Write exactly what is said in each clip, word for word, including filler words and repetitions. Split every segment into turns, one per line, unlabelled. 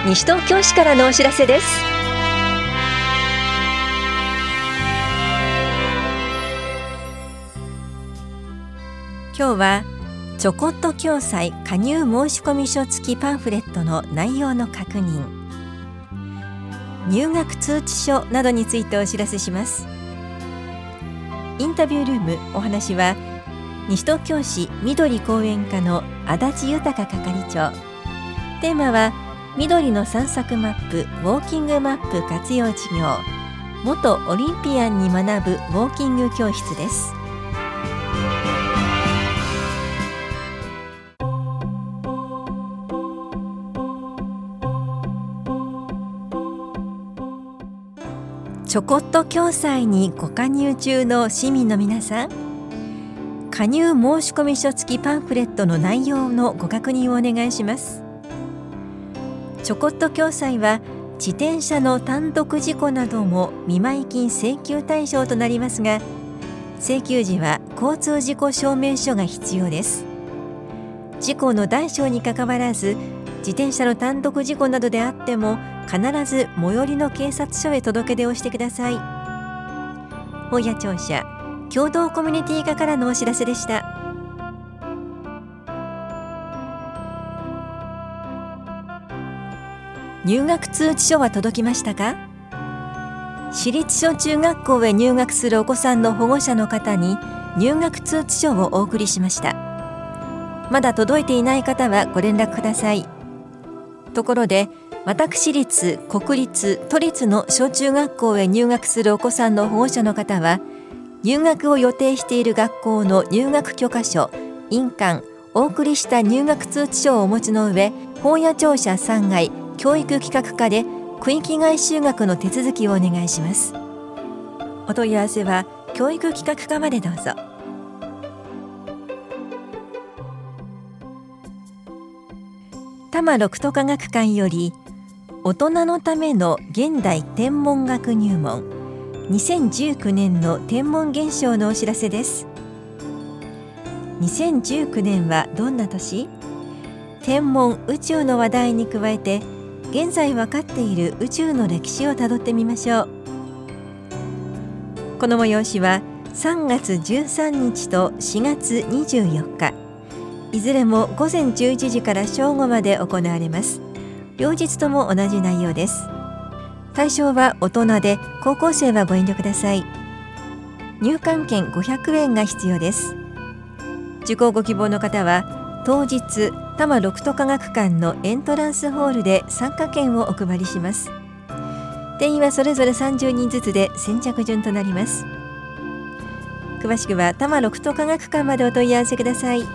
西東京市からのお知らせです。今日はちょこっと共済加入申込書付きパンフレットの内容の確認、入学通知書などについてお知らせします。インタビュールーム、お話は西東京市緑公園課の足立豊係長。テーマは緑の散策マップウォーキングマップ活用事業、元オリンピアンに学ぶウォーキング教室です。ちょこっと共済にご加入中の市民の皆さん、加入申込書付きパンフレットの内容のご確認をお願いします。ちょこっと共済は自転車の単独事故なども見舞金請求対象となりますが、請求時は交通事故証明書が必要です。事故の大小にかかわらず、自転車の単独事故などであっても必ず最寄りの警察署へ届け出をしてください。本屋庁舎共同コミュニティ課からのお知らせでした。入学通知書は届きましたか？私立小中学校へ入学するお子さんの保護者の方に入学通知書をお送りしました。まだ届いていない方はご連絡ください。ところで、私立、国立、都立の小中学校へ入学するお子さんの保護者の方は、入学を予定している学校の入学許可書、印鑑、お送りした入学通知書をお持ちの上、本屋庁舎さんがい教育企画課で区域外就学の手続きをお願いします。お問い合わせは教育企画課までどうぞ。多摩六都科学館より大人のための現代天文学入門にせんじゅうきゅうねんの天文現象のお知らせです。にせんじゅうきゅうねんはどんな年？天文宇宙の話題に加えて、現在分かっている宇宙の歴史をたどってみましょう。この催しはさんがつじゅうさんにちとしがつにじゅうよっか、いずれもごぜんじゅういちじから正午まで行われます。両日とも同じ内容です。対象は大人で、高校生はご遠慮ください。入館券ごひゃくえんが必要です。受講ご希望の方は当日、多摩六都科学館のエントランスホールで参加券をお配りします。定員はそれぞれさんじゅうにんずつで先着順となります。詳しくは多摩六都科学館までお問い合わせください。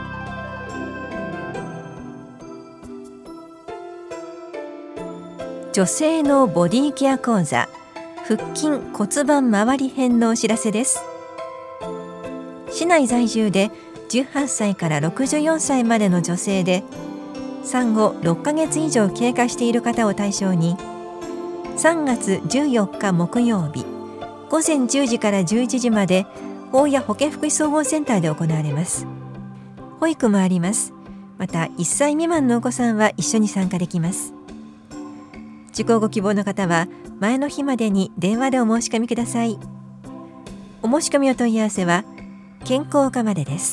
女性のボディケア講座、腹筋骨盤周り編のお知らせです。市内在住でじゅうはっさいからろくじゅうよんさいまでの女性で、産後ろっかげつ以上経過している方を対象に、さんがつじゅうよっか木曜日ごぜんじゅうじからじゅういちじまで保谷保健福祉総合センターで行われます。保育もあります。またいっさい未満のお子さんは一緒に参加できます。受講ご希望の方は前の日までに電話でお申し込みください。お申し込みお問い合わせは健康課までです。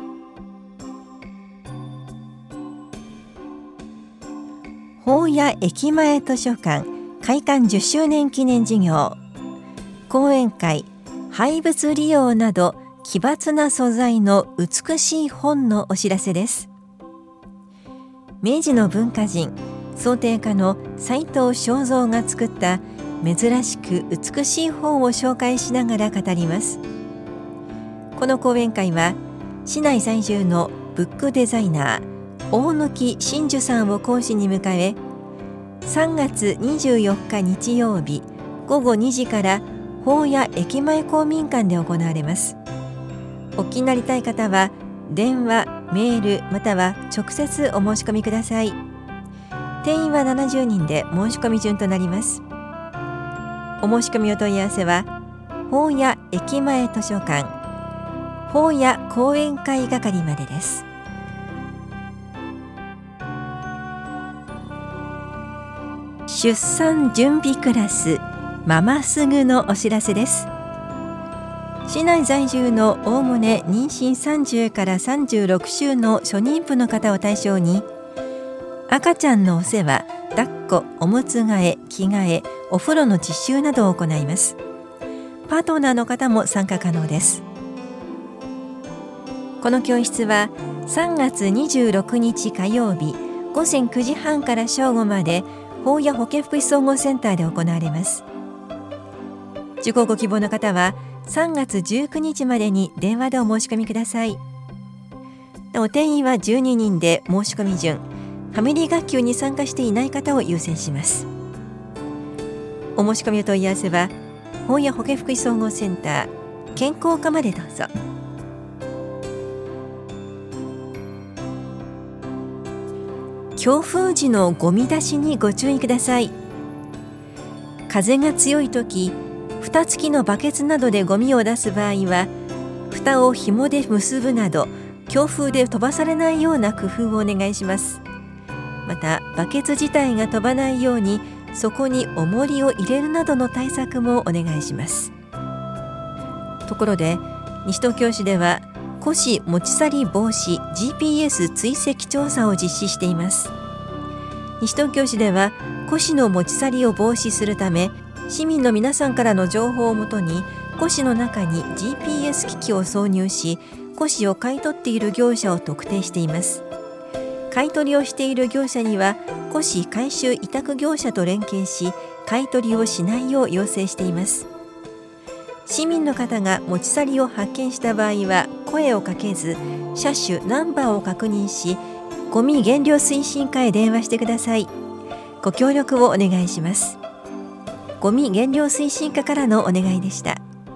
保谷駅前図書館開館じゅっしゅうねん記念事業、講演会、廃物利用など奇抜な素材の美しい本のお知らせです。明治の文化人装丁家の斉藤正蔵が作った珍しく美しい本を紹介しながら語ります。この講演会は市内在住のブックデザイナー大貫真珠さんを講師に迎え、さんがつにじゅうよっか日曜日ごごにじから保谷駅前公民館で行われます。お聞きになりたい方は電話、メールまたは直接お申し込みください。定員はななじゅうにんで申し込み順となります。お申し込みお問い合わせは保谷駅前図書館保谷講演会係までです。 出産準備クラスママすぐのお知らせです。市内在住のおおむね妊娠さんじゅうからさんじゅうろく週の初妊婦の方を対象に、赤ちゃんのお世話、抱っこ、おむつ替え、着替え、お風呂の実習などを行います。パートナーの方も参加可能です。この教室はさんがつにじゅうろくにち火曜日ごぜんくじはんから正午まで法や保健福祉総合センターで行われます。受講ご希望の方はさんがつじゅうくにちまでに電話でお申し込みください。お定員はじゅうににんで、申し込み順ファミリー学級に参加していない方を優先します。お申し込みお問い合わせは法や保健福祉総合センター健康課までどうぞ。強風時のゴミ出しにご注意ください。風が強いとき、蓋付きのバケツなどでゴミを出す場合は、蓋を紐で結ぶなど強風で飛ばされないような工夫をお願いします。またバケツ自体が飛ばないようにそこに重りを入れるなどの対策もお願いします。ところで西東京市では古紙持ち去り防止 ジーピーエス 追跡調査を実施しています。西東京市では古紙の持ち去りを防止するため、市民の皆さんからの情報をもとに古紙の中に ジーピーエス 機器を挿入し、古紙を買い取っている業者を特定しています。買い取りをしている業者には古紙回収委託業者と連携し、買い取りをしないよう要請しています。市民の方が持ち去りを発見した場合は声をかけず、車種ナンバーを確認し、ゴミ減量推進課へ電話してください。ご協力をお願いします。ゴミ減量推進課からのお願いでした。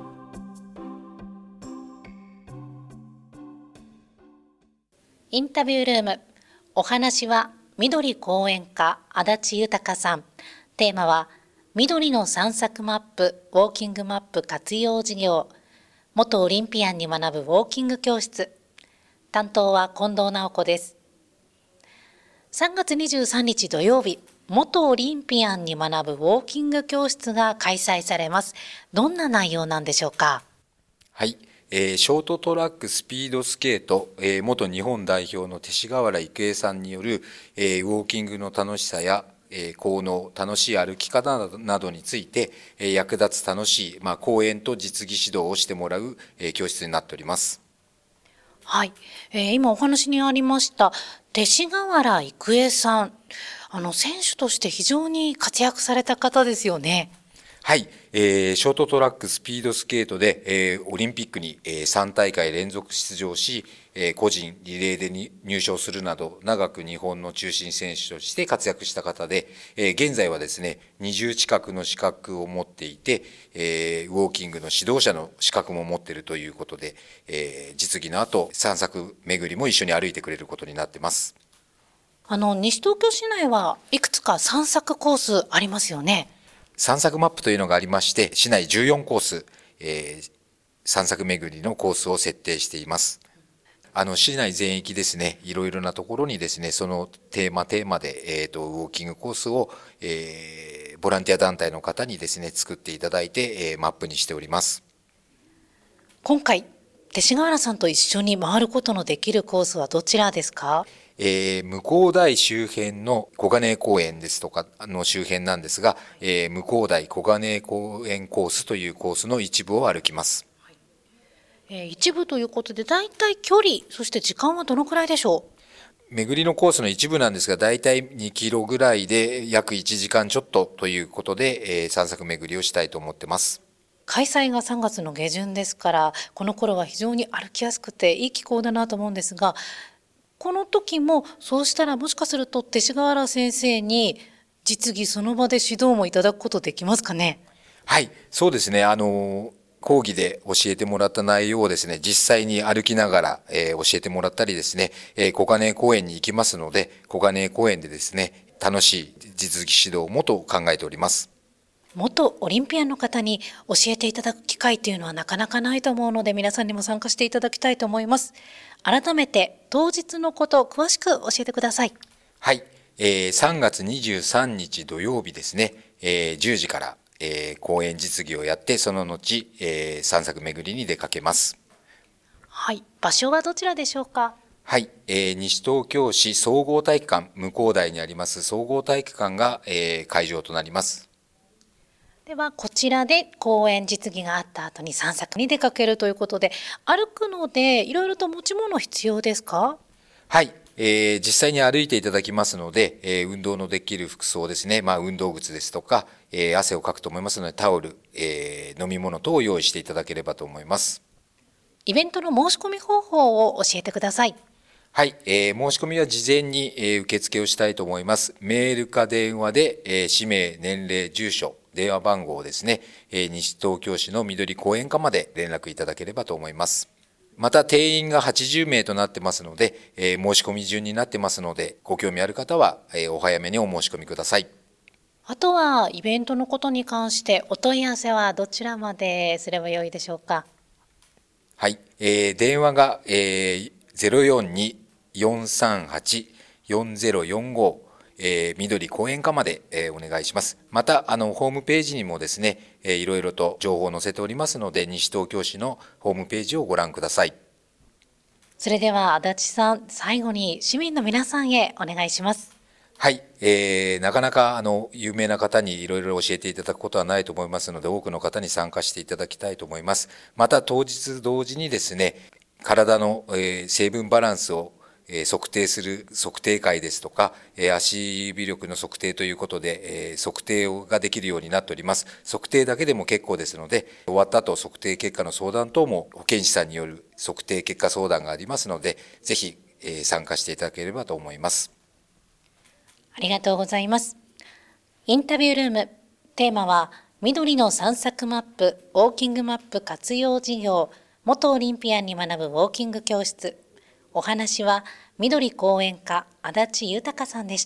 インタビュールーム、お話は緑講演家足立豊さん。テーマは緑の散策マップウォーキングマップ活用事業、元オリンピアンに学ぶウォーキング教室。担当は近藤直子です。さんがつにじゅうさんにち土曜日、元オリンピアンに学ぶウォーキング教室が開催されます。どんな内容なんでしょうか。
はい、えー、ショートトラックスピードスケート、えー、元日本代表の勅使河原郁恵さんによる、えー、ウォーキングの楽しさやえー、効能、楽しい歩き方などについて、えー、役立つ楽しい、まあ、講演と実技指導をしてもらう、えー、教室になっております。
はい、えー、今お話にありました勅使河原郁恵さん、あの選手として非常に活躍された方ですよね。
はい、えー、ショートトラックスピードスケートで、えー、オリンピックに、えー、さんたいかい連続出場し、えー、個人リレーでに入賞するなど長く日本の中心選手として活躍した方で、えー、現在はですねにじゅう近くの資格を持っていて、えー、ウォーキングの指導者の資格も持っているということで、えー、実技の後散策巡りも一緒に歩いてくれることになってます。
あの西東京市内はいくつか散策コースありますよね。
散策マップというのがありまして、市内じゅうよんコース、えー、散策巡りのコースを設定しています。あの市内全域ですね、いろいろなところにですね、そのテーマテーマで、えーと、ウォーキングコースを、えー、ボランティア団体の方にですね、作っていただいて、えー、マップにしております。
今回、勅使河原さんと一緒に回ることのできるコースはどちらですか？
えー、向こう台周辺の小金井公園ですとかの周辺なんですが、えー、向こう台小金井公園コースというコースの一部を歩きます。
はい、えー、一部ということで、だいたい距離、そして時間はどのくらいでしょ
う？巡りのコースの一部なんですが、だいたいにキロぐらいで約いちじかんちょっとということで、えー、散策巡りをしたいと思ってます。
開催がさんがつの下旬ですから、この頃は非常に歩きやすくていい気候だなと思うんですが、この時もそうしたらもしかすると勅使河原先生に実技その場で指導もいただくことできますかね？
はい、そうですね。あの講義で教えてもらった内容をですね、実際に歩きながら、えー、教えてもらったりですね、えー、小金井公園に行きますので、小金井公園でですね、楽しい実技指導もと考えております。
元オリンピアンの方に教えていただく機会というのはなかなかないと思うので、皆さんにも参加していただきたいと思います。改めて当日のことを詳しく教えてください。
はい、 えー、さんがつにじゅうさんにち土曜日ですね、えー、じゅうじから、えー、公演実技をやって、その後、えー、散策巡りに出かけます。
はい、場所はどちらでしょうか？
はい、えー、西東京市総合体育館、向高台にあります総合体育館が、えー、会場となります。
ではこちらで公演実技があった後に散策に出かけるということで、歩くのでいろいろと持ち物必要ですか？
はい、えー、実際に歩いていただきますので、えー、運動のできる服装ですね、まあ、運動靴ですとか、えー、汗をかくと思いますのでタオル、えー、飲み物等を用意していただければと思います。
イベントの申し込み方法を教えてください。
はい、えー、申し込みは事前に、えー、受付をしたいと思います。メールか電話で、えー、氏名、年齢、住所、電話番号をですね、えー、西東京市の緑公園課まで連絡いただければと思います。また定員がはちじゅうめいとなってますので、えー、申し込み順になってますので、ご興味ある方は、えー、お早めにお申し込みください。
あとはイベントのことに関してお問い合わせはどちらまですればよいでしょうか？
はい、えー、電話が、えー、ゼロよんに よんさんはち よんゼロよんご、えー、緑公園課まで、えー、お願いします。またあのホームページにもですね、えー、いろいろと情報を載せておりますので、西東京市のホームページをご覧ください。
それでは足立さん、最後に市民の皆さんへお願いします。
はい、えー、なかなかあの有名な方にいろいろ教えていただくことはないと思いますので、多くの方に参加していただきたいと思います。また当日同時にですね、体の、えー、成分バランスをえー、測定する測定会ですとか、えー、足指力の測定ということで、えー、測定ができるようになっております。測定だけでも結構ですので、終わった後測定結果の相談等も保健師さんによる測定結果相談がありますので、ぜひ、えー、参加していただければと思います。
ありがとうございます。インタビュールーム、テーマは緑の散策マップウォーキングマップ活用事業、元オリンピアンに学ぶウォーキング教室。お話は緑公園課足立豊さんでした。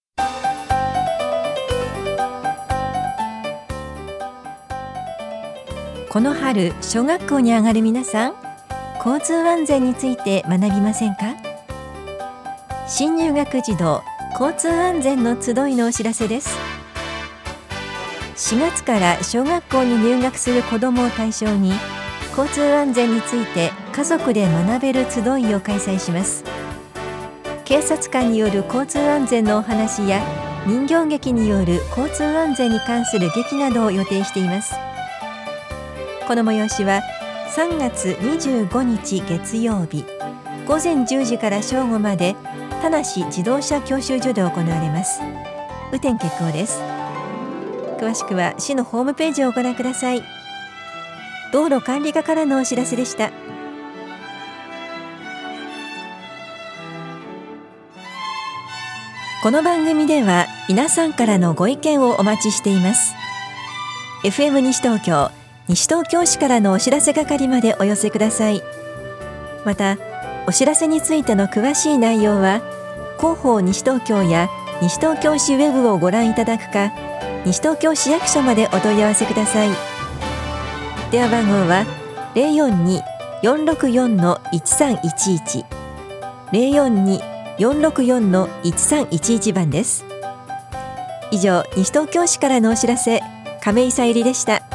この春、小学校に上がる皆さん、交通安全について学びませんか？新入学児童交通安全の集いのお知らせです。しがつから小学校に入学する子どもを対象に、交通安全について家族で学べる集いを開催します。警察官による交通安全のお話や人形劇による交通安全に関する劇などを予定しています。この催しはさんがつにじゅうごにち月曜日ごぜんじゅうじから正午まで田無自動車教習所で行われます。雨天決行です。詳しくは市のホームページをご覧ください。道路管理課からのお知らせでした。この番組では皆さんからのご意見をお待ちしています。 エフエム 西東京西東京市からのお知らせ係までお寄せください。またお知らせについての詳しい内容は広報西東京や西東京市ウェブをご覧いただくか、西東京市役所までお問い合わせください。電話番号は ゼロよんに よんろくよん いちさんいちいち ゼロよんに よんろくよん いちさんいちいち番です。以上、西東京市からのお知らせ、亀井さゆりでした。